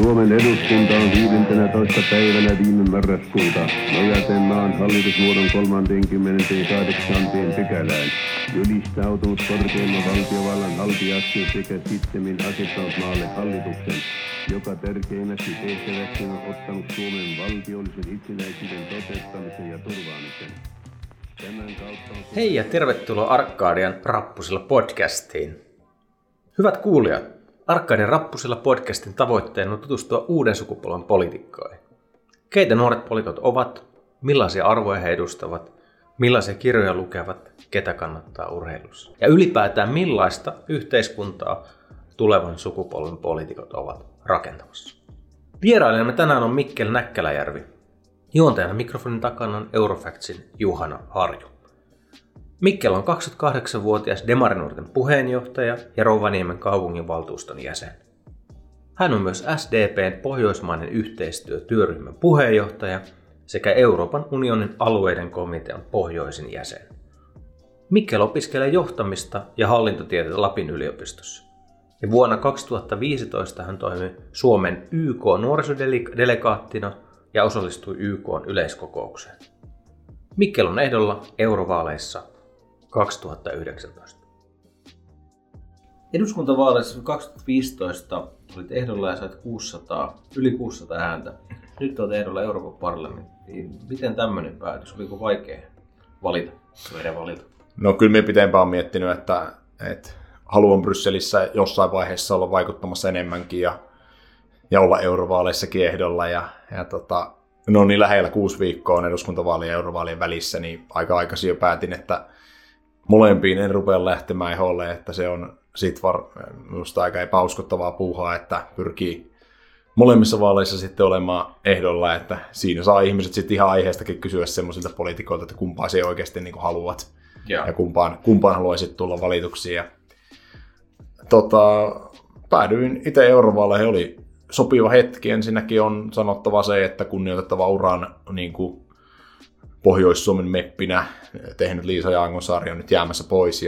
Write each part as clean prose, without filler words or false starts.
Suomen eduskunta on 15. päivänä viime marraskuuta nojaten maan hallitusmuodon 38. pykälään julistautunut korkeimman valtiovallan haltijaksi sekä sittemmin asettanut maalle hallituksen, joka tärkeimmäksi tehtäväksi on ottanut Suomen valtiollisen itsenäisyyden toteuttamisen ja turvaamisen. Hei ja tervetuloa Arkadian Rappusilla podcastiin. Hyvät kuulijat, Arkadian Rappusilla podcastin tavoitteena on tutustua uuden sukupolven poliitikkoihin. Keitä nuoret poliitikot ovat, millaisia arvoja he edustavat, millaisia kirjoja lukevat, ketä kannattaa urheilussa. Ja ylipäätään millaista yhteiskuntaa tulevan sukupolven poliitikot ovat rakentamassa. Vierailijamme tänään on Mikkel Näkkäläjärvi. Juontajana mikrofonin takana on Eurofactsin Juhana Harju. Mikkel on 28-vuotias Demarinuorten puheenjohtaja ja Rovaniemen kaupunginvaltuuston jäsen. Hän on myös SDP:n pohjoismainen yhteistyötyöryhmän puheenjohtaja sekä Euroopan unionin alueiden komitean pohjoisin jäsen. Mikkel opiskelee johtamista ja hallintotieteitä Lapin yliopistossa. Ja vuonna 2015 hän toimi Suomen YK-nuorisodelegaattina ja osallistui YK:n yleiskokoukseen. Mikkel on ehdolla eurovaaleissa 2019. Eduskuntavaaleissa 2015 olit ehdolla ja sait yli 600 ääntä. Nyt olet ehdolla Euroopan parlamenttiin. Miten tämmöinen päätös? Oliko vaikea valita? No kyllä minä pitempään olen miettinyt, että haluan Brysselissä jossain vaiheessa olla vaikuttamassa enemmänkin ja olla eurovaaleissakin ehdolla. No niin lähellä 6 viikkoa on eduskuntavaalien ja eurovaalien välissä, niin aika aikaisin jo päätin, että molempiin en rupea lähtemään ehdolle, että se on minusta aika epäuskottavaa puuhaa, että pyrkii molemmissa vaaleissa sitten olemaan ehdolla, että siinä saa ihmiset sitten ihan aiheestakin kysyä semmoisilta poliitikoilta, että kumpaa se oikeasti niin kuin haluat ja kumpaan haluaisit tulla valituksi. Päädyin itse eurovaaleihin, oli sopiva hetki. Ensinnäkin on sanottava se, että kunnioitettava uran niin kuin Pohjois-Suomen meppinä tehnyt Liisa Jaakonsaari on nyt jäämässä pois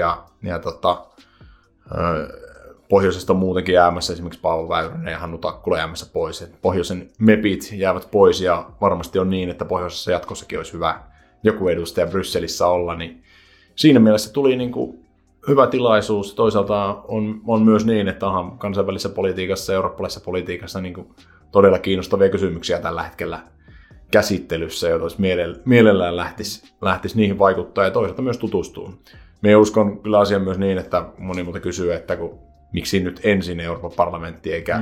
pohjoisesta on muutenkin jäämässä esimerkiksi Paavo Väyrynen ja Hannu Takkula jäämässä pois. Et pohjoisen mepit jäävät pois ja varmasti on niin, että pohjoisessa jatkossakin olisi hyvä joku edustaja Brysselissä olla. Niin siinä mielessä tuli niin kuin hyvä tilaisuus. Toisaalta on myös niin, että onhan kansainvälisessä politiikassa ja eurooppalaisessa politiikassa niin kuin todella kiinnostavia kysymyksiä tällä hetkellä käsittelyssä, joita olisi mielellään lähtisi niihin vaikuttaa ja toisaalta myös tutustua. Minä uskon kyllä asian myös niin, että moni muuta kysyy, että miksi nyt ensin Euroopan parlamentti eikä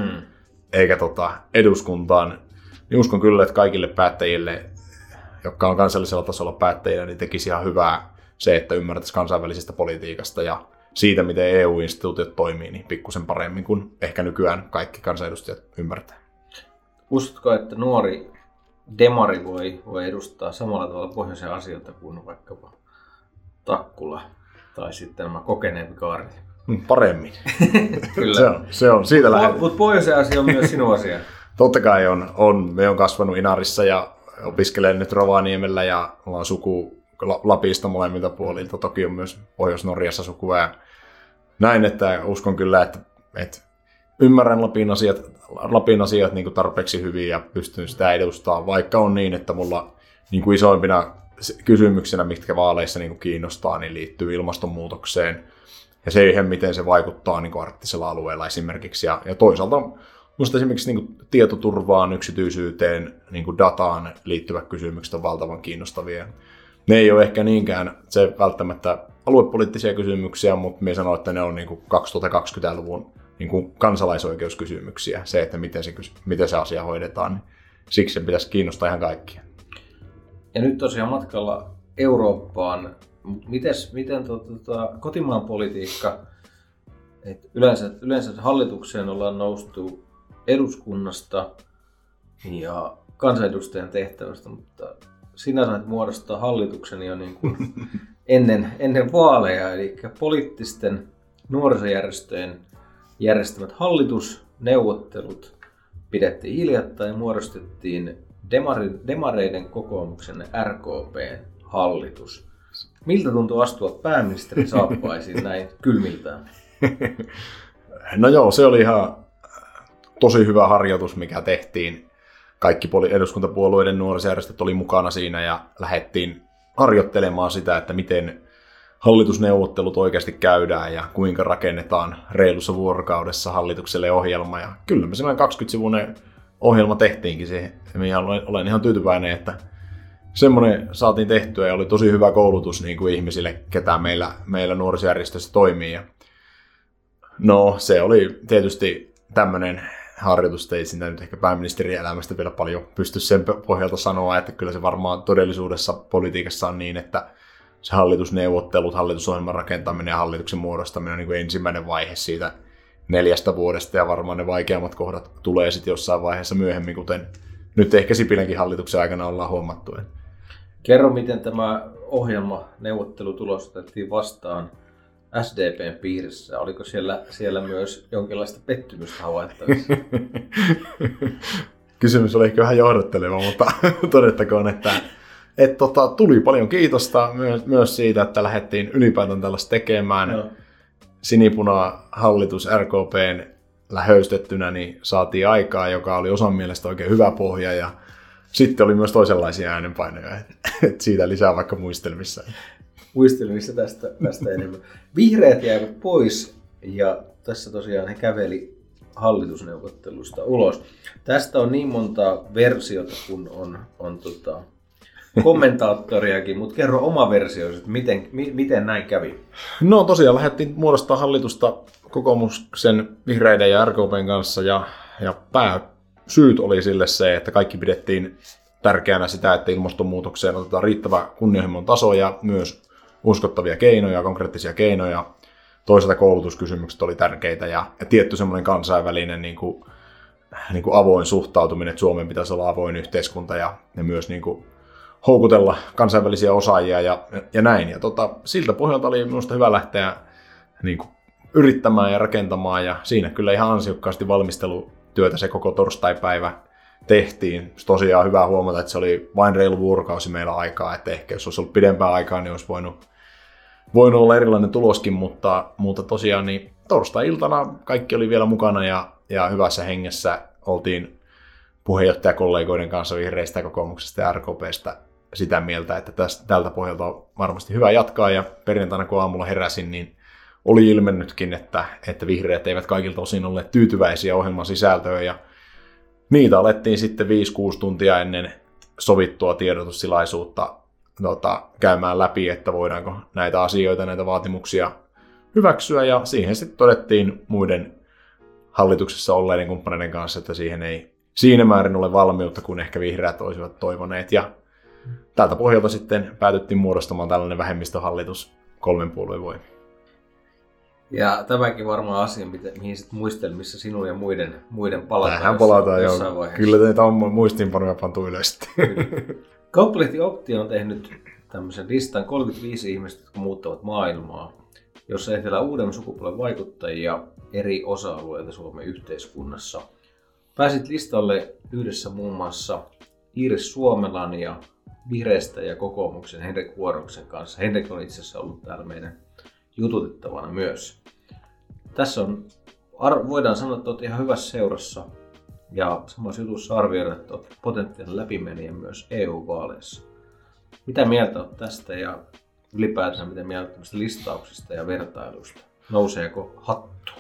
eduskuntaan, niin uskon kyllä, että kaikille päättäjille, jotka on kansallisella tasolla päättäjillä, niin tekisi ihan hyvää se, että ymmärtäisi kansainvälisestä politiikasta ja siitä, miten EU-instituutiot toimii, niin pikkusen paremmin kuin ehkä nykyään kaikki kansanedustajat ymmärtää. Uskotko, että nuori demari voi edustaa samalla tavalla pohjoisia asioita kuin vaikkapa Takkula tai sitten nämä kokeneempi Kaarli? Paremmin. Kyllä. se on. Siitä lähdetään. Mutta pohjoisen asia on myös sinun asia. Totta kai on. Me on kasvanut Inarissa ja opiskelen nyt Rovaniemellä ja ollaan suku Lapista molemmilta puolilta. Toki on myös Pohjois-Norjassa sukua ja näin, että uskon kyllä, että ymmärrän Lapin asiat niin kuin tarpeeksi hyvin ja pystyn sitä edustamaan, vaikka on niin, että mulla niin kuin isoimpina kysymyksenä, mitkä vaaleissa niin kuin kiinnostaa, niin liittyy ilmastonmuutokseen ja siihen, miten se vaikuttaa niin kuin arktisella alueella esimerkiksi. Ja toisaalta minusta esimerkiksi niin kuin tietoturvaan, yksityisyyteen, niin kuin dataan liittyvät kysymykset on valtavan kiinnostavia. Ne ei ole ehkä niinkään se välttämättä aluepoliittisia kysymyksiä, mutta minä sanon, että ne on niin kuin 2020-luvun niin kuin kansalaisoikeuskysymyksiä, se, että miten se asia hoidetaan, niin siksi se pitäisi kiinnostaa ihan kaikkia. Ja nyt tosiaan matkalla Eurooppaan, miten kotimaan politiikka, että yleensä hallitukseen ollaan noustu eduskunnasta ja kansanedustajan tehtävästä, mutta sinä sait muodostaa hallituksen jo niin kuin ennen vaaleja, eli poliittisten nuorisojärjestöjen järjestämät hallitusneuvottelut pidettiin hiljattain ja muodostettiin demareiden kokoomuksen RKP:n hallitus. Miltä tuntuu astua pääministerin saappaisiin näin kylmiltään? No joo, se oli ihan tosi hyvä harjoitus, mikä tehtiin. Kaikki eduskuntapuolueiden nuorisojärjestöt oli mukana siinä ja lähdettiin harjoittelemaan sitä, että miten hallitusneuvottelut oikeasti käydään ja kuinka rakennetaan reilussa vuorokaudessa hallitukselle ohjelma. Ja kyllä me sellainen 20-sivuinen ohjelma tehtiinkin siihen. Olen ihan tyytyväinen, että semmoinen saatiin tehtyä ja oli tosi hyvä koulutus niin kuin ihmisille, ketä meillä nuorisojärjestössä toimii. Ja no se oli tietysti tämmöinen harjoitus, ei siinä nyt ehkä pääministerin elämästä vielä paljon pysty sen pohjalta sanoa, että kyllä se varmaan todellisuudessa politiikassa on niin, että se hallitusneuvottelut, hallitusohjelman rakentaminen ja hallituksen muodostaminen on niin kuin ensimmäinen vaihe siitä 4 vuodesta ja varmaan ne vaikeammat kohdat tulee sitten jossain vaiheessa myöhemmin, kuten nyt ehkä Sipilänkin hallituksen aikana ollaan huomattu. Kerro, miten tämä ohjelmaneuvottelu-tulos otettiin vastaan SDPn piirissä. Oliko siellä myös jonkinlaista pettymystä havaittavissa? Kysymys oli ehkä vähän johdatteleva, mutta todettakoon, että tuli paljon kiitosta myös siitä, että lähdettiin ylipäätään tällaista tekemään. No. Sinipuna-hallitus RKPn höystettynä niin saatiin aikaa, joka oli osan mielestä oikein hyvä pohja. Ja sitten oli myös toisenlaisia äänenpainoja. Siitä lisää vaikka muistelmissa. Muistelmissa tästä enemmän. Vihreät jäivät pois ja tässä tosiaan he käveli hallitusneuvottelusta ulos. Tästä on niin monta versiota, kun on kommentaattoriakin, mutta kerro oma versioisi, että miten näin kävi? No tosiaan lähdettiin muodostaa hallitusta kokoomuksen, vihreiden ja RKPn kanssa ja pääsyyt oli sille se, että kaikki pidettiin tärkeänä sitä, että ilmastonmuutokseen otetaan riittävä kunnianhimon taso ja myös uskottavia keinoja, konkreettisia keinoja. Toisaalta koulutuskysymykset oli tärkeitä ja tietty semmoinen kansainvälinen niin kuin avoin suhtautuminen, että Suomen pitäisi olla avoin yhteiskunta ja myös niin kuin houkutella kansainvälisiä osaajia ja näin. Ja siltä pohjalta oli minusta hyvä lähteä niin kuin yrittämään ja rakentamaan ja siinä kyllä ihan ansiokkaasti valmistelutyötä se koko torstaipäivä tehtiin. Tosiaan hyvä huomata, että se oli vain reilu vuorokausi meillä aikaa, että ehkä jos olisi ollut pidempää aikaa, niin olisi voinut olla erilainen tuloskin, mutta tosiaan niin torstai-iltana kaikki oli vielä mukana ja hyvässä hengessä oltiin puheenjohtajakollegoiden kanssa vihreistä, kokoomuksesta ja RKPstä sitä mieltä, että tältä pohjalta on varmasti hyvä jatkaa ja perjantaina kun aamulla heräsin, niin oli ilmennytkin, että vihreät eivät kaikilta osin olleet tyytyväisiä ohjelman sisältöön ja niitä alettiin sitten 5-6 tuntia ennen sovittua tiedotustilaisuutta käymään läpi, että voidaanko näitä asioita, näitä vaatimuksia hyväksyä ja siihen sitten todettiin muiden hallituksessa olleiden kumppaneiden kanssa, että siihen ei siinä määrin ole valmiutta, kun ehkä vihreät olisivat toivoneet ja tältä pohjalta sitten päätyttiin muodostamaan tällainen vähemmistöhallitus 3 puolueen voimin. Ja tämäkin varmaan asia, mihin sitten muistelmissa sinun ja muiden palataan. Tähän palataan jossain vaiheessa. Kyllä teitä on muistiinpanoja pantu ylös. Kauppalehti Optio on tehnyt tämmöisen listan 35 ihmistä, jotka muuttavat maailmaa, jossa esitellään uuden sukupolven vaikuttajia eri osa-alueilta Suomen yhteiskunnassa. Pääsit listalle yhdessä muun muassa Iiris Suomelan ja Vihreistä ja kokoomuksen Henrik Vuoroksen kanssa. Henrik on itse asiassa ollut täällä meidän jututettavana myös. Tässä voidaan sanoa, että olet ihan hyvässä seurassa ja samassa jutussa arvioidaan, että olet potentiaalinen läpimenijä myös EU-vaaleissa. Mitä mieltä olet tästä ja ylipäätään mitä mieltä tämmöistä listauksista ja vertailusta? Nouseeko hattua?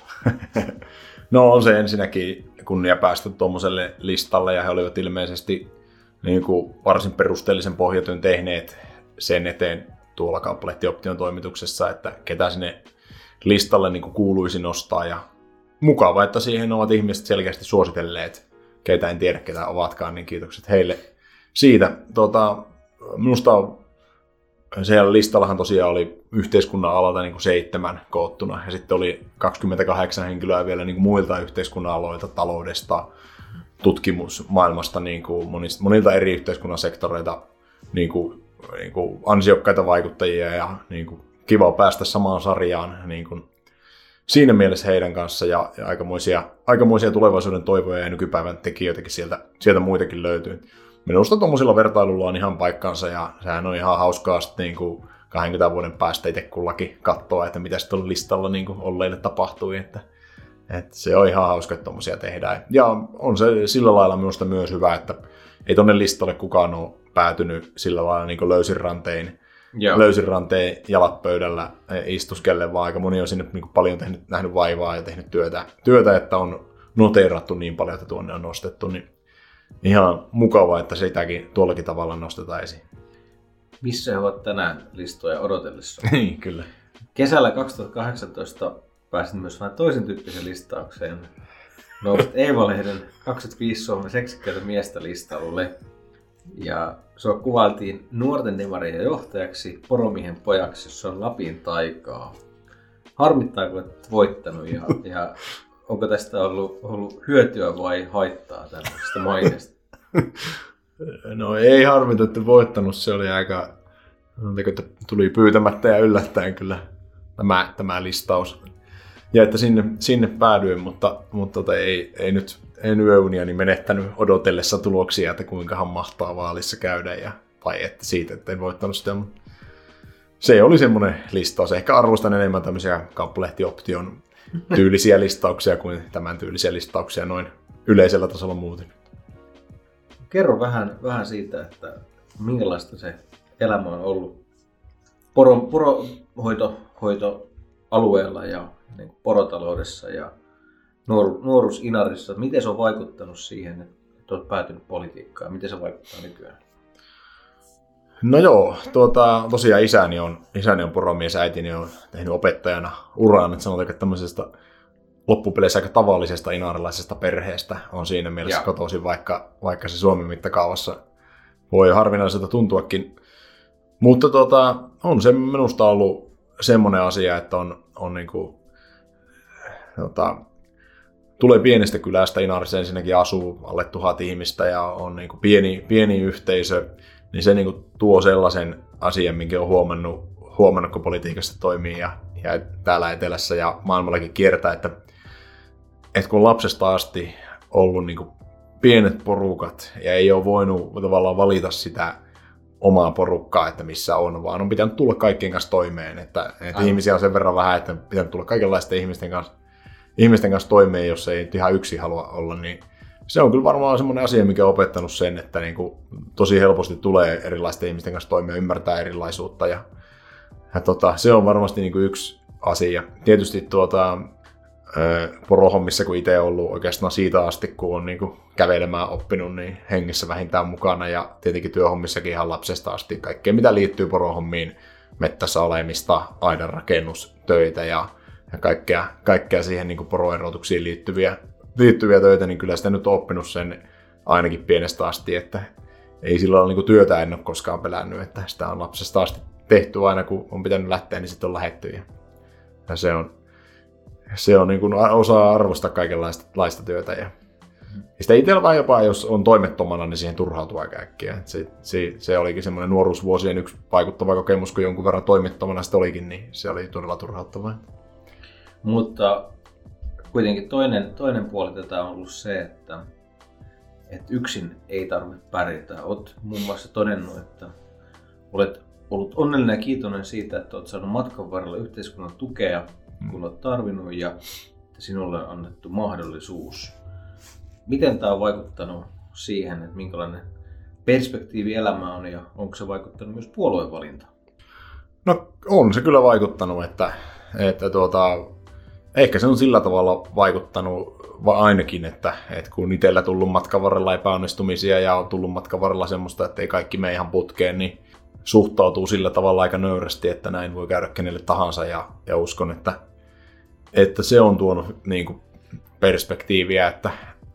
No on se ensinnäkin kunnia päästä tuommoiselle listalle ja he olivat ilmeisesti niin kuin varsin perusteellisen pohjatyön tehneet sen eteen tuolla Kauppalehti Option toimituksessa, että ketä sinne listalle niin kuin kuuluisi nostaa ja mukava, että siihen ovat ihmiset selkeästi suositelleet, keitä en tiedä ketä ovatkaan, niin kiitokset heille siitä. Minusta siellä listallahan tosiaan oli yhteiskunnan alalta niin kuin 7 koottuna ja sitten oli 28 henkilöä vielä niin kuin muilta yhteiskunnan aloilta, taloudesta, tutkimusmaailmasta, niin kuin monilta eri yhteiskunnan sektoreita niin kuin ansiokkaita vaikuttajia ja niin kuin kiva päästä samaan sarjaan niin kuin siinä mielessä heidän kanssa ja aikamoisia tulevaisuuden toivoja ja nykypäivän tekijöitäkin sieltä muitakin löytyy. Minusta tuommoisilla vertailulla on ihan paikkansa ja sehän on ihan hauskaa sitten niin kuin 20 vuoden päästä itse kullakin katsoa, että mitä tuolla listalla niin kuin olleille tapahtui. Että Et se on ihan hauska, että tommosia tehdään. Ja on se sillä lailla minusta myös hyvä, että ei tonne listalle kukaan ole päätynyt sillä lailla niin löysin rantein jalat pöydällä istuskelle, vaan aika moni on sinne niin paljon nähnyt vaivaa ja tehnyt työtä, että on noteerattu niin paljon, että tuonne on nostettu. Niin ihan mukavaa, että sitäkin tuollakin tavalla nostetaan esiin. Missä he ovat tänään listoja odotellessa? Niin, kyllä. Kesällä 2018 pääsin myös vähän toisen tyyppisen listaukseen. Nousit Eeva-lehden 25 Suomen seksikkäitä miestä listalle. Ja sua kuvailtiin nuorten demarien johtajaksi, poromiehen pojaksi, jossa on Lapin taikaa. Harmittaako, että et voittanut ja onko tästä ollut hyötyä vai haittaa tällaisesta maineesta? No ei harmita, että voittanut. Se oli aika, että tuli pyytämättä ja yllättäen kyllä tämä listaus. Ja että sinne päädyin, mutta ei nyt yöuniani menettänyt odotellessa tuloksia, että kuinkahan mahtaa vaalissa käydä vai että siitä, että en voittanut sitä. Se oli semmoinen listaus. Ehkä arvostan enemmän tämmöisiä kauppalehtioption tyylisiä listauksia kuin tämän tyylisiä listauksia noin yleisellä tasolla muuten. Kerro vähän siitä, että minkälaista se elämä on ollut porohoitoalueella ja niin kuin porotaloudessa ja nuoruus Inarissa. Miten se on vaikuttanut siihen, että olet päätynyt politiikkaan? Miten se vaikuttaa nykyään? No joo, tosiaan isäni on poromies, äitini on tehnyt opettajana uraan, että sanotaan, että tämmöisestä loppupeleissä aika tavallisesta inarilaisesta perheestä on siinä mielessä kotoisin, vaikka se Suomen mittakaavassa voi harvinaiselta tuntuakin. Mutta on se minusta ollut semmoinen asia, että on niinku, tulee pienestä kylästä, Inarissa ensinnäkin asuu alle 1000 ihmistä ja on niinku pieni yhteisö, niin se niinku tuo sellaisen asian, minkä on huomannut kun politiikassa toimii ja täällä etelässä ja maailmallakin kiertää, että kun on lapsesta asti ollut niinku pienet porukat ja ei ole voinut tavallaan valita sitä omaa porukkaa, että missä on, vaan on pitänyt tulla kaikkien kanssa toimeen, että ihmisiä on sen verran vähän, että pitänyt tulla kaikenlaisten ihmisten kanssa toimeen, jos ei ihan yksin halua olla, niin se on kyllä varmaan semmoinen asia, mikä on opettanut sen, että niinku tosi helposti tulee erilaisten ihmisten kanssa toimeen, ymmärtää erilaisuutta ja se on varmasti niinku yksi asia. Tietysti porohommissa, kun itse ollut oikeastaan siitä asti, kun on niinku kävelemään oppinut, niin hengessä vähintään mukana ja tietenkin työhommissakin ihan lapsesta asti kaikkea, mitä liittyy porohommiin, mettässä olemista, aidanrakennustöitä ja kaikkea siihen niinku poroerotuksiin liittyviä töitä, niin kyllä sitä nyt on oppinut sen ainakin pienestä asti, että ei sillä ole niinku työtä en ole koskaan pelännyt, että sitä on lapsesta asti tehty aina, kun on pitänyt lähteä, niin sitten on lähdetty ja se on niin kuin osaa arvostaa kaikenlaista työtä. Ja sitä itsellä vaan jopa, jos on toimettomana, niin siihen turhautuu aika äkkiä. Se olikin semmoinen nuoruusvuosien yksi vaikuttava kokemus, kun jonkun verran toimettomana sitä olikin, niin se oli todella turhauttavaa. Mutta kuitenkin toinen puoli tätä on ollut se, että yksin ei tarvitse pärjätä. Olet muun muassa todennut, että olet ollut onnellinen ja kiitollinen siitä, että olet saanut matkan varrella yhteiskunnan tukea, kun olet tarvinnut ja sinulle on annettu mahdollisuus. Miten tämä on vaikuttanut siihen, että minkälainen perspektiivi elämä on ja onko se vaikuttanut myös puoluevalintaan? No on se kyllä vaikuttanut, että ehkä se on sillä tavalla vaikuttanut ainakin, että kun itsellä tullut matkan varrella epäonnistumisia ja on tullut matkan varrella semmoista, että ei kaikki mene ihan putkeen, niin suhtautuu sillä tavalla aika nöyrästi, että näin voi käydä kenelle tahansa ja uskon, että se on tuonut niin kuin perspektiiviä, että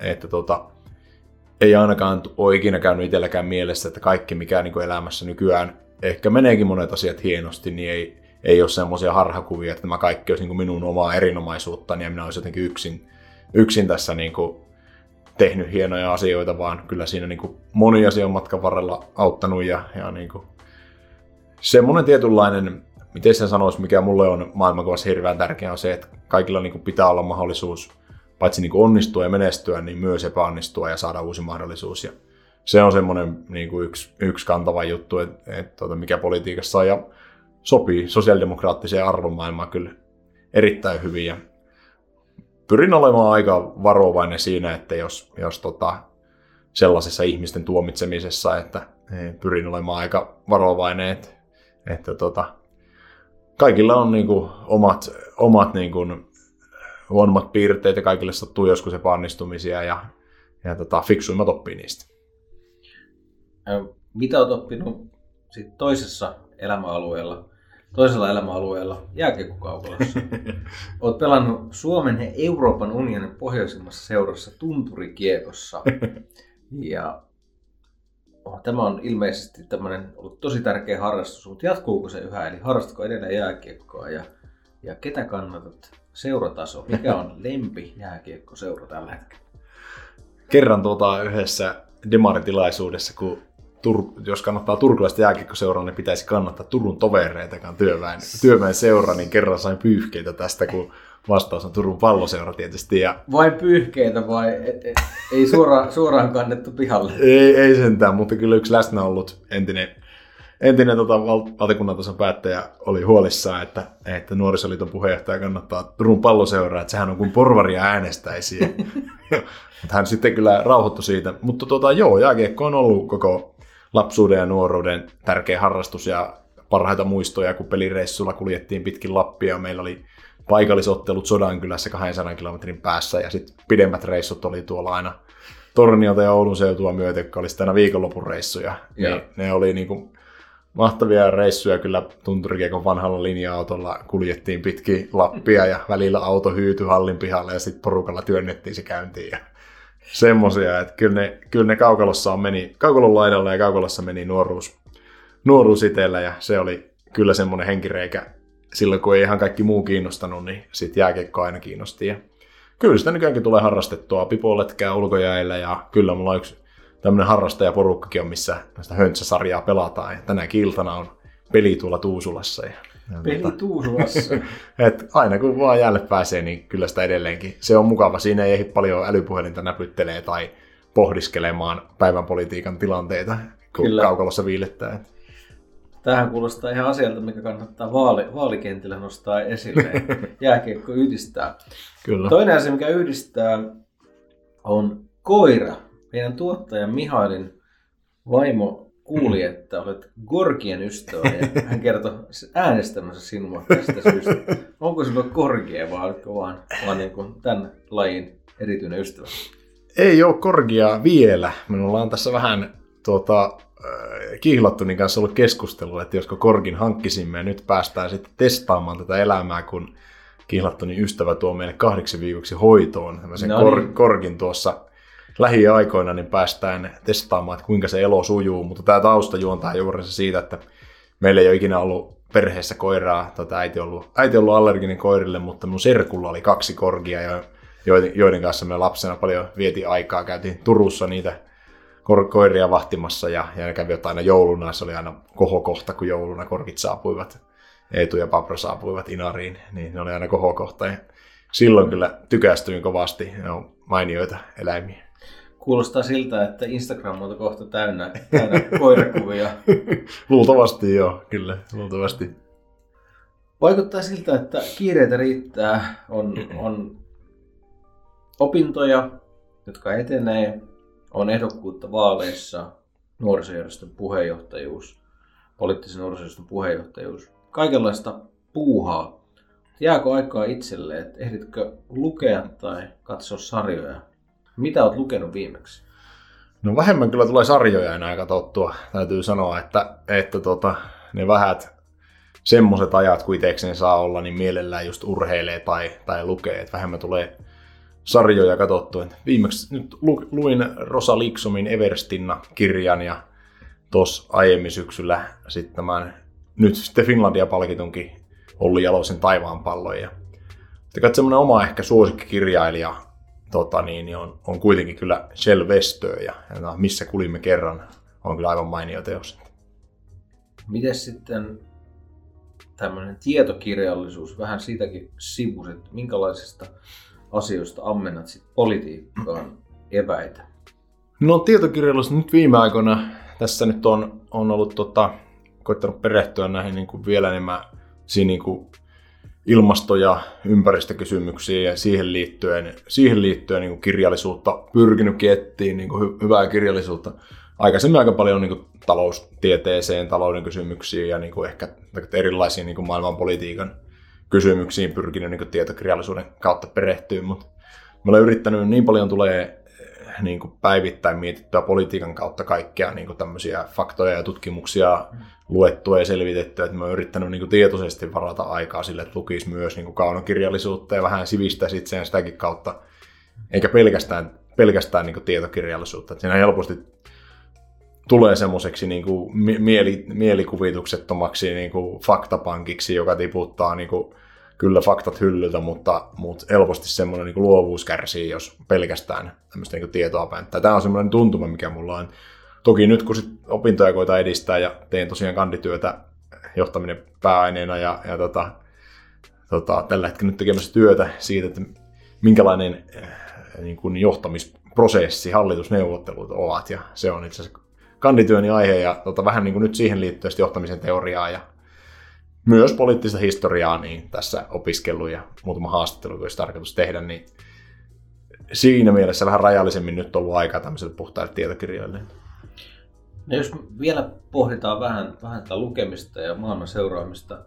ei ainakaan ole ikinä käynyt itselläkään mielessä, että kaikki mikä niin kuin elämässä nykyään ehkä meneekin monet asiat hienosti, niin ei ole semmoisia harhakuvia, että tämä kaikki olisi niin kuin minun omaa erinomaisuuttani ja minä olisin jotenkin yksin tässä niin kuin tehnyt hienoja asioita, vaan kyllä siinä niin kuin moni asia on matkan varrella auttanut ja niin kuin semmoinen tietynlainen, miten sen sanoisi, mikä mulle on maailmankuvassa hirveän tärkeää, on se, että kaikilla niin kuin pitää olla mahdollisuus paitsi niin kuin onnistua ja menestyä, niin myös epäonnistua ja saada uusi mahdollisuus. Ja se on semmoinen niin kuin yksi kantava juttu, että mikä politiikassa on ja sopii sosiaalidemokraattiseen arvomaailmaan kyllä erittäin hyvin. Ja pyrin olemaan aika varovainen siinä, että jos sellaisessa ihmisten tuomitsemisessa, että pyrin olemaan aika varovainen, että kaikilla on niinku omat niinku huonommat piirteet ja kaikille sattuu joskus epäonnistumisia ja fiksuimmat oppii niistä. Mitä olet oppinut sit toisella elämäalueella jääkiekkokaukalossa? Olet pelannut Suomen ja Euroopan unionin pohjoisimmassa seurassa tunturikiekossa. Ja tämä on ilmeisesti ollut tosi tärkeä harrastus, mutta jatkuuko se yhä? Eli harrastatko edelleen jääkiekkoa ja ketä kannatat seurataso? Mikä on lempi jääkiekkoseura tällä hetkellä? Kerran yhdessä demaritilaisuudessa, kun jos kannattaa turkulaista jääkiekkoseuraa, niin pitäisi kannattaa Turun Tovereita, joka on työväen seura, niin kerran sain pyyhkeitä tästä, kun vastaus on Turun Palloseura tietysti. Ja vain pyyhkeitä vai ei suoraan kannettu pihalle? Ei sentään, mutta kyllä yksi läsnä ollut entinen valtakunnan tason päättäjä oli huolissaan, että Nuorisoliiton puheenjohtaja kannattaa Turun Palloseuraa, että sehän on kuin porvaria äänestäisi. Mutta hän sitten kyllä rauhoittui siitä. Mutta jääkiekko on ollut koko lapsuuden ja nuoruuden tärkeä harrastus ja parhaita muistoja, kun pelireissulla kuljettiin pitkin Lappia. Meillä oli paikallisottelut Sodankylässä 200 kilometrin päässä ja sitten pidemmät reissut oli tuolla aina Torniota ja Oulun seutua myöten, jotka oli sitten aina viikonlopun reissuja. Niin ne oli niinku mahtavia reissuja kyllä Tunturikiekon vanhalla linja-autolla kuljettiin pitkin Lappia ja välillä auto hyytyi hallin pihalle ja sitten porukalla työnnettiin se käyntiin. Ja semmosia, että kyllä ne kaukalon laidalla ja kaukalossa meni nuoruus itsellä ja se oli kyllä semmoinen henkireikä. Silloin kun ei ihan kaikki muu kiinnostanut, niin sitten jääkiekko aina kiinnosti. Ja kyllä sitä nykyäänkin tulee harrastettua pipoletkää ulkojäillä ja kyllä mulla yksi tämmöinen harrastajaporukkakin on, missä tästä höntsäsarjaa pelataan. Ja tänäkin iltana on peli tuolla Tuusulassa. Peli Tuusulassa? Aina kun vaan jäälle pääsee, niin kyllä sitä edelleenkin. Se on mukava. Siinä ei ehdi paljon älypuhelinta näpyttelee tai pohdiskelemaan päivän politiikan tilanteita, kun kyllä kaukalossa viilettää. Tämähän kuulostaa ihan asialta, mikä kannattaa vaalikentillä nostaa esille. Jääkiekko yhdistää. Kyllä. Toinen asia, mikä yhdistää, on koira. Meidän tuottaja Mihailin vaimo kuuli, että olet Gorgien ystävä ja hän kertoi äänestämässä sinua tästä syystä. Onko sinulla Gorgie vai oletko vaan niin kuin tämän lajin erityinen ystävä? Ei ole Gorgia vielä. Minulla on tässä vähän Kihlattunin kanssa ollut keskustelua, että josko Gorgin hankkisimme ja nyt päästään sitten testaamaan tätä elämää, kun Kihlattunin ystävä tuo meille 8 viikoksi hoitoon tämmöisen Gorgin tuossa lähiaikoina, niin päästään testaamaan, että kuinka se elo sujuu, mutta tämä tausta juontaa juurensa siitä, että meillä ei ole ikinä ollut perheessä koiraa, äiti on ollut allerginen koirille, mutta mun serkulla oli 2 Gorgia, joiden kanssa me lapsena paljon vietiin aikaa, käytiin Turussa niitä koiria vahtimassa ja ne kävivät aina jouluna, se oli aina kohokohta, kun jouluna korkit saapuivat, Eetu ja Papro saapuivat Inariin, niin ne oli aina kohokohta ja silloin kyllä tykästyin kovasti, ne on mainioita eläimiä. Kuulostaa siltä, että Instagram on kohta täynnä koirakuvia. Luultavasti joo, kyllä, luultavasti. Vaikuttaa siltä, että kiireitä riittää, on opintoja, jotka etenee, on ehdokkuutta vaaleissa, nuorisojärjestön puheenjohtajuus, poliittisen nuorisojärjestön puheenjohtajuus, kaikenlaista puuhaa. Jääkö aikaa itselle, että ehditkö lukea tai katsoa sarjoja? Mitä olet lukenut viimeksi? No vähemmän kyllä tulee sarjoja enää katsottua. Täytyy sanoa, että ne vähät semmoiset ajat, kun itsekseen saa olla, niin mielellään just urheilee tai lukee. Että vähemmän tulee sarjoja katsottua. Viimeksi nyt luin Rosa Liksomin Everstinna-kirjan ja tuossa aiemmin syksyllä sitten tämän nyt sitten Finlandia-palkitunkin Olli Jalosen Taivaanpallon. Ja semmoinen oma ehkä suosikkikirjailija niin on kuitenkin kyllä Shel Westö ja Missä kulimme kerran on kyllä aivan mainio teos. Mites sitten tämmöinen tietokirjallisuus, vähän siitäkin sivusit, minkälaisista asioista ammennat sitten politiikkaan eväitä? No tietokirjallisuus nyt viime aikoina, tässä nyt on ollut koittanut perehtyä näihin niin kuin vielä enemmän niin kuin ilmasto- ja ympäristökysymyksiä ja siihen liittyen niin kuin kirjallisuutta pyrkinytkin etsiä niin kuin hyvää kirjallisuutta. Aikaisemmin aika paljon niin kuin taloustieteeseen, talouden kysymyksiin ja niin kuin ehkä erilaisiin niin kuin maailmanpolitiikan kysymyksiin pyrkinyt niin kuin tietokirjallisuuden kautta perehtyä, mutta mä olen yrittänyt niin paljon tulee niin kuin päivittäin mietittyä politiikan kautta kaikkea niin kuin tämmöisiä faktoja ja tutkimuksia luettua ja selvitettyä, että mä oon yrittänyt niin kuin tietoisesti varata aikaa sille, että lukisi myös niin kuin kaunokirjallisuutta ja vähän sivistäisi itseään sitäkin kautta, eikä pelkästään niin kuin tietokirjallisuutta. Että siinä helposti tulee semmoiseksi niin kuin mielikuvituksettomaksi niin kuin faktapankiksi, joka tiputtaa niin kuin, kyllä faktat hyllyltä, mutta helposti semmoinen niin kuin luovuus kärsii, jos pelkästään tämmöistä niin kuin tietoa pänttää. Tämä on semmoinen tuntuma, mikä mulla on. Toki nyt kun sit opintoja koitan edistää ja teen tosiaan kandityötä johtaminen pääaineena ja tällä hetkellä nyt tekemässä työtä siitä, että minkälainen niin kuin johtamisprosessi hallitusneuvottelut ovat. Ja se on itse asiassa kandityöni aihe ja vähän niin kuin nyt siihen liittyen johtamisen teoriaa ja myös poliittista historiaa niin tässä opiskellut ja muutama haastattelu, kun olisi tarkoitus tehdä, niin siinä mielessä vähän rajallisemmin nyt on ollut aikaa tämmöiselle puhtaille tietokirjoille. No jos vielä pohditaan vähän tätä lukemista ja maailman seuraamista,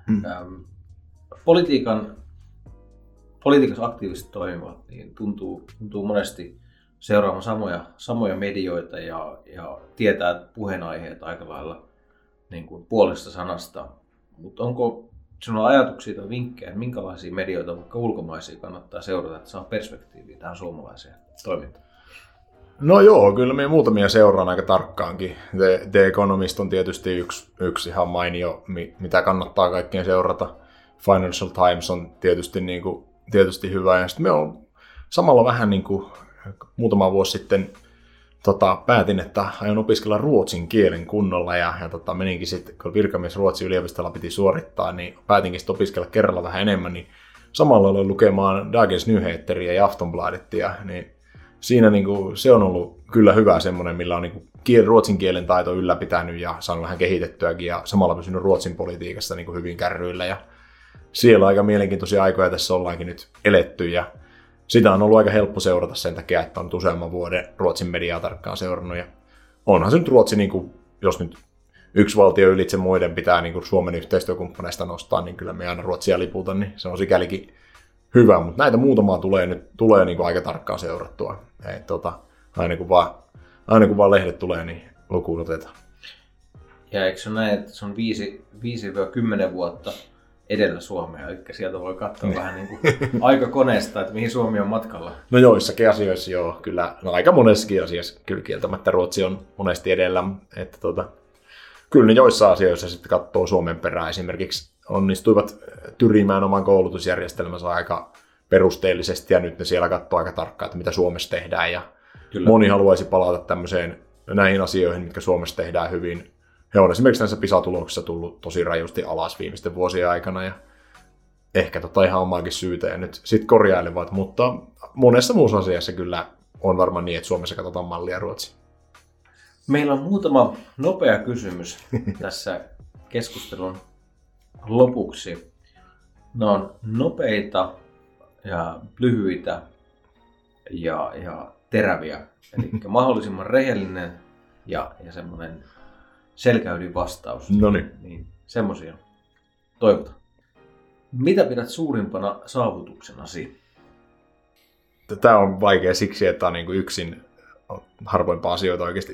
politiikassa aktiivisesti toimivat, niin tuntuu monesti seuraamaan samoja medioita ja tietää puheenaiheet aika lailla niin kuin puolesta sanasta. Mutta onko sinulla ajatuksia tai vinkkejä, minkälaisia medioita, vaikka ulkomaisia, kannattaa seurata, että saa perspektiiviä tähän suomalaiseen toimintaan? No joo, kyllä me muutamia seuraan aika tarkkaankin. The Economist on tietysti yksi ihan mainio, mitä kannattaa kaikkien seurata. Financial Times on tietysti hyvä. Ja sitten me on samalla vähän niin kuin muutama vuosi sitten päätin, että aion opiskella ruotsin kielen kunnolla ja meninkin sitten, kun virkamies Ruotsin yliopistolla piti suorittaa, niin päätinkin sitten opiskella kerralla vähän enemmän, niin samalla olen lukemaan Dagens Nyheteria ja Aftonbladetia, niin siinä niin kuin, se on ollut kyllä hyvä semmoinen, millä on niin kuin ruotsin kielen taito ylläpitänyt ja saanut vähän kehitettyäkin ja samalla pysynyt Ruotsin politiikassa niin kuin hyvin kärryillä ja siellä aika mielenkiintoisia aikoja tässä ollaankin nyt eletty ja sitä on ollut aika helppo seurata sen takia, että on useamman vuoden Ruotsin mediaa tarkkaan seurannut. Ja onhan se nyt Ruotsi, niin kuin, jos nyt yksi valtio ylitse muiden pitää niin kuin Suomen yhteistyökumppaneista nostaa, niin kyllä me aina Ruotsia liputa, niin se on sikälikin hyvä. Mutta näitä muutamaa tulee niin kuin aika tarkkaan seurattua. Aina kun vaan lehdet tulee, niin lukuun otetaan. Ja eikö se ole näin, että se on 5-10 vuotta edellä Suomea, eli sieltä voi katsoa vähän niin kuin aikakoneesta, että mihin Suomi on matkalla. No joissakin asioissa joo, kyllä, no aika monessakin asiassa kyllä kieltämättä Ruotsi on monesti edellä, että kyllä ne joissa asioissa sitten katsoo Suomen perään. Esimerkiksi onnistuivat tyrimään oman koulutusjärjestelmänsä aika perusteellisesti ja nyt ne siellä katsoo aika tarkkaan, että mitä Suomessa tehdään ja kyllä. Moni haluaisi palata näihin asioihin, mitkä Suomessa tehdään hyvin. He on esimerkiksi näissä PISA-tuloksissa tullut tosi rajusti alas viimeisten vuosien aikana ja ehkä ihan omaakin syytä ja nyt sitten korjailevat, mutta monessa muussa asiassa kyllä on varmaan niin, että Suomessa katsotaan mallia Ruotsi. Meillä on muutama nopea kysymys tässä keskustelun lopuksi. Ne on nopeita ja lyhyitä ja teräviä, eli mahdollisimman rehellinen ja semmoinen selkäydin vastaus. Niin semmoisia toivotaan. Mitä pidät suurimpana saavutuksenasi? Tämä on vaikea siksi, että on niin kuin harvoimpaa asioita oikeasti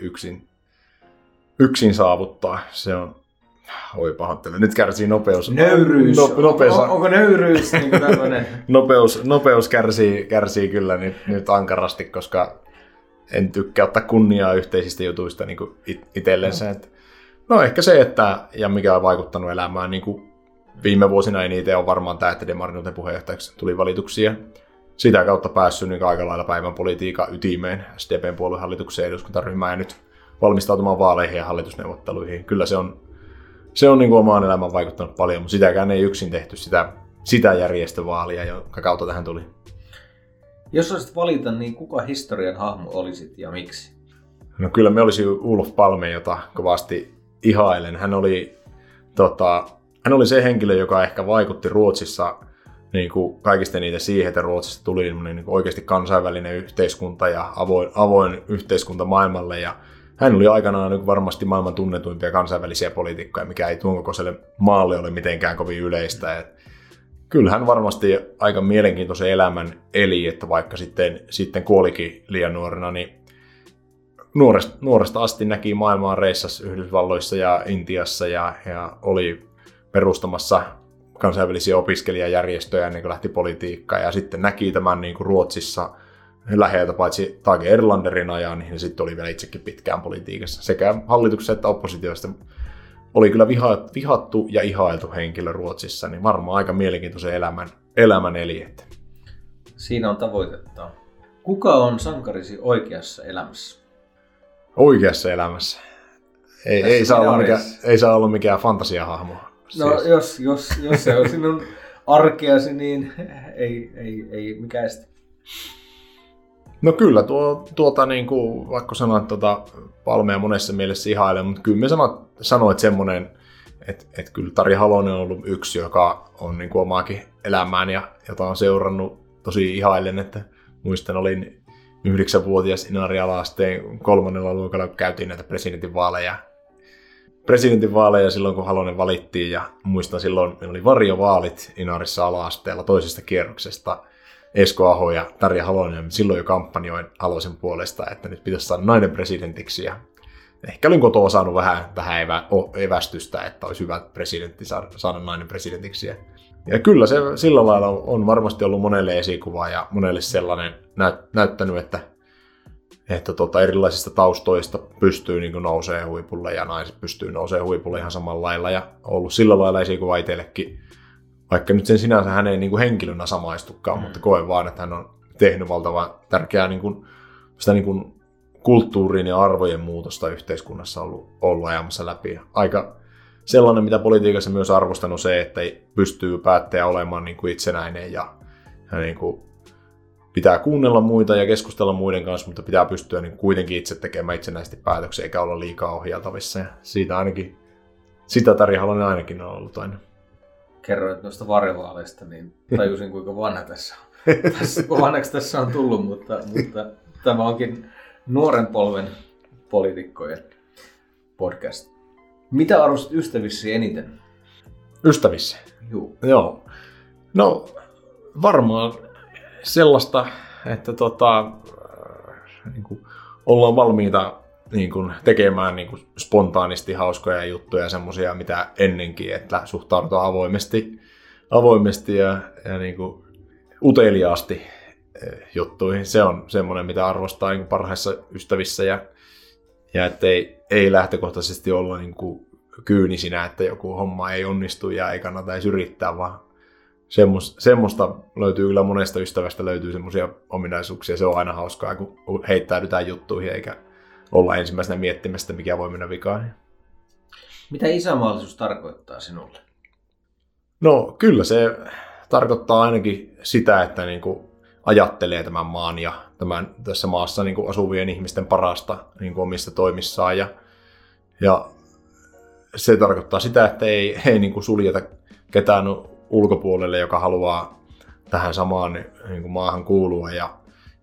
yksin saavuttaa. Se on, oi pahoittelu, nyt kärsii nopeus. Nöyryys. Onko nöyryys niin kuin tällainen? Nopeus kärsii kyllä nyt ankarasti, koska en tykkää ottaa kunniaa yhteisistä jutuista niin kuin itsellensä. No ehkä se, että ja mikä on vaikuttanut elämään, niin kuin viime vuosina eniten on varmaan tämä, että Demarin puheenjohtajaksi tuli valituksia. Sitä kautta päässyt niin aika lailla päivän politiikan ytimeen, SDPn puoluehallitukseen, eduskuntaryhmään ja nyt valmistautumaan vaaleihin ja hallitusneuvotteluihin. Kyllä se on niin kuin omaan elämään vaikuttanut paljon, mutta sitäkään ei yksin tehty sitä järjestövaalia, jonka kautta tähän tuli. Jos olisit valita, niin kuka historian hahmo olisit ja miksi? No kyllä me olisi Olof Palme, jota kovasti ihailen. Hän oli hän oli se henkilö, joka ehkä vaikutti Ruotsissa niin kuin kaikista eniten siihen, että Ruotsista tuli niin kuin oikeasti kansainvälinen yhteiskunta ja avoin yhteiskunta maailmalle. Ja hän oli aikanaan niin varmasti maailman tunnetuimpia kansainvälisiä poliitikkoja, mikä ei tuon kokoiselle maalle ole mitenkään kovin yleistä. Et kyllä hän varmasti aika mielenkiintoisen elämän eli, että vaikka sitten kuolikin liian nuorena, niin nuoresta asti näki maailmaa reissassa Yhdysvalloissa ja Intiassa ja oli perustamassa kansainvälisiä opiskelijajärjestöjä ennen kuin lähti politiikkaan ja sitten näki tämän niin kuin Ruotsissa läheltä paitsi Tage Erlanderin ajan, niin sitten oli vielä itsekin pitkään politiikassa. Sekä hallituksessa että oppositiosta oli kyllä vihattu ja ihailtu henkilö Ruotsissa, niin varmaan aika mielenkiintoisen elämän eli. Siinä on tavoitetta. Kuka on sankarisi oikeassa elämässä? Oikeassa elämässä? Ei saa olla mikään fantasiahahmo. No siis. jos se on sinun arkeasi, niin ei mikään este. No kyllä, tuota niin kuin, vaikka sanoa Palmea monessa mielessä ihailen, mutta kyllä me sanoit semmoinen, että kyllä Tarja Halonen on ollut yksi, joka on niin kuin omaakin elämään ja jota on seurannut tosi ihailen, että muistan olin 9-vuotias Inari-ala-asteen 3. luokalla, kun käytiin näitä presidentinvaaleja silloin, kun Halonen valittiin ja muistan silloin, meillä oli varjovaalit Inarissa ala-asteella toisesta kierroksesta. Esko Aho ja Tarja Halonen silloin jo kampanjoin Halosen puolesta, että nyt pitäisi saada nainen presidentiksi. Ja ehkä olin kotoa saanut vähän evästystä, että olisi hyvä presidentti saada nainen presidentiksi. Ja kyllä se sillä lailla on varmasti ollut monelle esikuva ja monelle sellainen näyttänyt, että erilaisista taustoista pystyy niin nousemaan huipulle ja naiset pystyy nousemaan huipulle ihan samalla lailla. Ja ollut sillä lailla esikuva itsellekin. Vaikka nyt sen sinänsä hän ei niin kuin henkilönä samaistukaan, mutta koen vaan, että hän on tehnyt valtavan tärkeää niin kuin, sitä niin kuin kulttuurin ja arvojen muutosta yhteiskunnassa ollut ajamassa läpi. Aika sellainen, mitä politiikassa myös arvostanut se, että pystyy päättäjä olemaan niin kuin itsenäinen ja niin kuin pitää kuunnella muita ja keskustella muiden kanssa, mutta pitää pystyä niin kuitenkin itse tekemään itsenäisesti päätöksiä eikä olla liikaa ohjaltavissa. Ja siitä ainakin, sitä Tarja Halonen ainakin on ollut aina. Kerroit noista varjovaaleista, niin tajusin kuinka vanha vanhaksi tässä on tullut, mutta tämä onkin nuoren polven poliitikkojen podcast. Mitä arvostat ystävissäsi eniten? Ystävissä? Joo. No varmaan sellaista, että niin kuin ollaan valmiita niin kuin tekemään niin kuin spontaanisti hauskoja juttuja, semmoisia mitä ennenkin, että suhtaudutaan avoimesti ja niin kuin uteliaasti juttuihin. Se on semmoinen, mitä arvostaa niin kuin parhaissa ystävissä ja ettei ei lähtökohtaisesti olla niin kuin kyynisinä, että joku homma ei onnistu ja ei kannata edes yrittää, vaan semmoista löytyy kyllä monesta ystävästä, löytyy semmoisia ominaisuuksia. Se on aina hauskaa, kun heittäydytään juttuihin eikä olla ensimmäisenä miettimästä, mikä voi mennä vikaan. Mitä isänmaallisuus tarkoittaa sinulle? No kyllä se tarkoittaa ainakin sitä, että niin kuin ajattelee tämän maan ja tässä maassa niin kuin asuvien ihmisten parasta niin kuin omissa toimissaan. Ja se tarkoittaa sitä, että ei niin kuin suljeta ketään ulkopuolelle, joka haluaa tähän samaan niin kuin maahan kuulua. Ja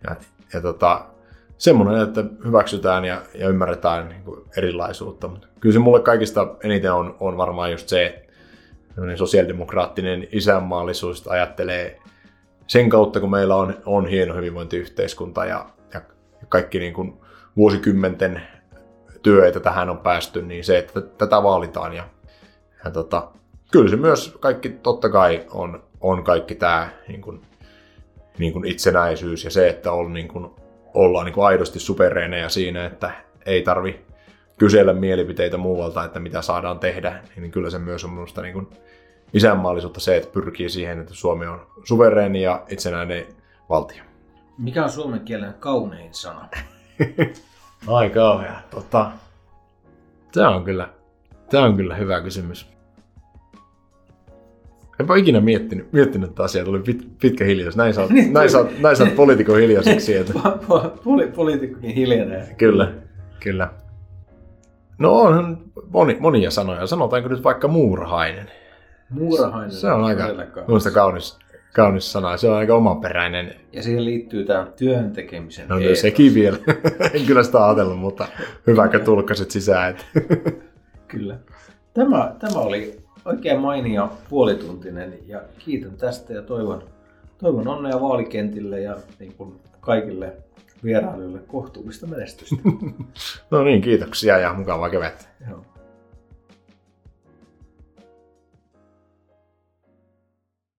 semmoinen, että hyväksytään ja ymmärretään niin kuin erilaisuutta. Mutta kyllä se mulle kaikista eniten on varmaan just se sosiaalidemokraattinen isänmaallisuus, että ajattelee sen kautta, kun meillä on hieno hyvinvointiyhteiskunta ja kaikki niin kuin vuosikymmenten työtä tähän on päästy, niin se, että tätä vaalitaan. Ja kyllä se myös kaikki totta kai on kaikki tämä niin kuin itsenäisyys ja se, että ollaan niin kuin aidosti suvereeneja siinä, että ei tarvi kysellä mielipiteitä muualta, että mitä saadaan tehdä, niin kyllä se myös on minusta niin kuin isänmaallisuutta se, että pyrkii siihen, että Suomi on suvereeni ja itsenäinen valtio. Mikä on suomen kielen kaunein sana? Ai kauhea. Tämä on kyllä hyvä kysymys. Enpä ikinä miettinyt tätä asiaa, tuli pitkä hiljaisuus. Näin saat poliitikon hiljaiseksi. Poliitikkokin hiljainen. Kyllä. No on monia sanoja. Sanotaanko nyt vaikka muurahainen? Muurahainen. Se on aika minusta kaunis sana. Se on aika omaperäinen. Ja siihen liittyy tämä työn tekemisen No sekin vielä. En kyllä sitä ajatellut, mutta hyväkö tulkkasit sisään. Kyllä. Tämä oli oikein mainio puolituntinen ja kiitän tästä ja toivon onnea vaalikentille ja niin kuin kaikille vierailijoille kohtuullista menestystä. No niin, kiitoksia ja mukavaa kevättä. Joo.